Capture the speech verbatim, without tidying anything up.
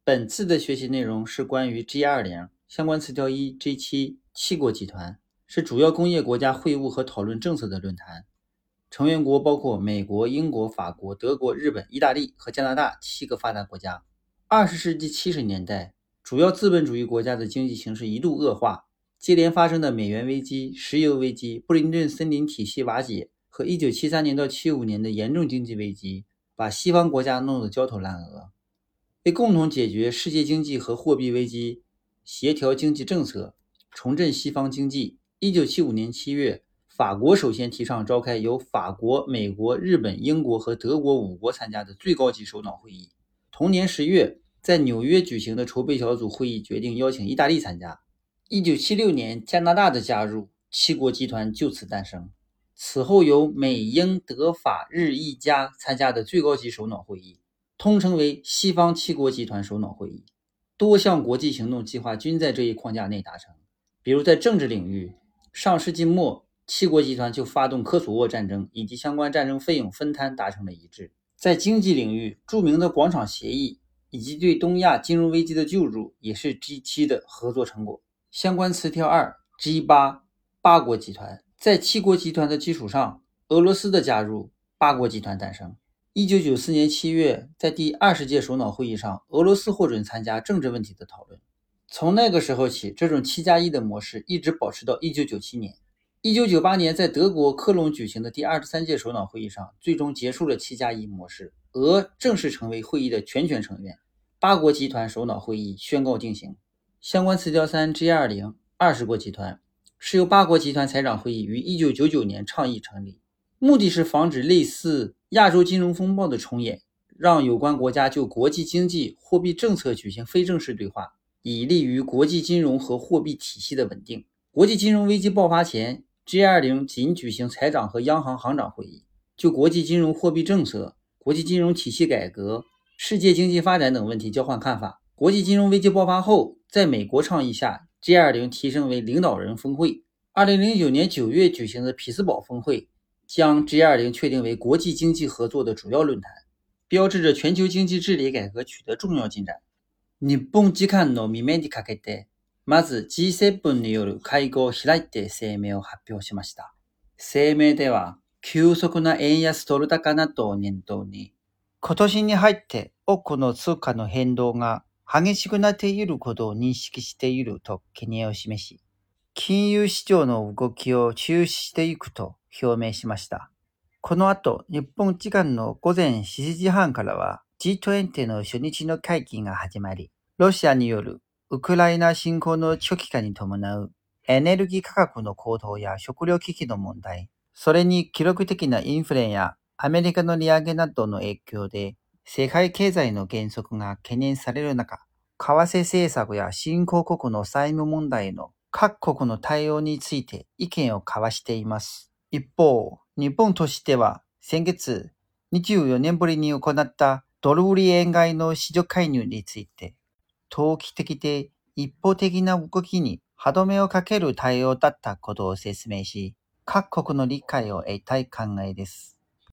本次的学习内容是关于 G 二十 相关词条一 G 七 七国集团，是主要工业国家会晤和讨论政策的论坛。成员国包括美国、英国、法国、德国、日本、意大利和加拿大七个发达国家。二十世纪七十年代，主要资本主义国家的经济形势一度恶化，接连发生的美元危机、石油危机、布林顿森林体系瓦解和一九七三年到七五年的严重经济危机，把西方国家弄得焦头烂额。为共同解决世界经济和货币危机，协调经济政策，重振西方经济，一九七五年七月，法国首先提倡召开由法国、美国、日本、英国和德国五国参加的最高级首脑会议。同年十月，在纽约举行的筹备小组会议决定邀请意大利参加。一九七六年，加拿大的加入，七国集团就此诞生。此后由美、英、德、法、日、意、加参加的最高级首脑会议，通称为西方七国集团首脑会议。多项国际行动计划均在这一框架内达成。比如在政治领域，上世纪末七国集团就发动科索沃战争以及相关战争费用分摊达成了一致。在经济领域，著名的广场协议以及对东亚金融危机的救助也是 G 七 的合作成果。相关词条二 G 八 八国集团。在七国集团的基础上，俄罗斯的加入，八国集团诞生。一九九四年七月，在第二十届首脑会议上，俄罗斯获准参加政治问题的讨论。从那个时候起，这种七加一的模式一直保持到一九九七年。一九九八年，在德国科隆举行的第二十三届首脑会议上，最终结束了七加一模式，俄正式成为会议的全权成员。八国集团首脑会议宣告定型。相关词条三 G 二十 二十国集团是由八国集团财长会议于一九九九年倡议成立，目的是防止类似亚洲金融风暴的重演，让有关国家就国际经济、货币政策举行非正式对话，以利于国际金融和货币体系的稳定。国际金融危机爆发前， G 二十 仅举行财长和央行行长会议，就国际金融货币政策、国际金融体系改革、世界经济发展等问题交换看法。国际金融危机爆发后，在美国倡议下， G 二十 提升为领导人峰会。二零零九年九月举行的匹兹堡峰会将 G 二十 确定为国际经济合作的主要论坛，標誌着全球经济治理改革取得重要進展。日本時間の未明にかけて、まず ジーセブン による会合を開いて声明を発表しました。声明では、急速な円安ドル高などを念頭に、今年に入って多くの通貨の変動が激しくなっていることを認識していると懸念を示し、金融市場の動きを注視していくと表明しました。この後、日本時間の午前しちじはんからは ジーにじゅう の初日の会議が始まり、ロシアによるウクライナ侵攻の長期化に伴うエネルギー価格の高騰や食料危機の問題、それに記録的なインフレやアメリカの利上げなどの影響で世界経済の減速が懸念される中、為替政策や新興国の債務問題への各国の対応について意見を交わしています。一方、日本としては先月にじゅうよねんぶりに行ったドル売り円買いの市場介入について、投機的で一方的な動きに歯止めをかける対応だったことを説明し、各国の理解を得たい考えです。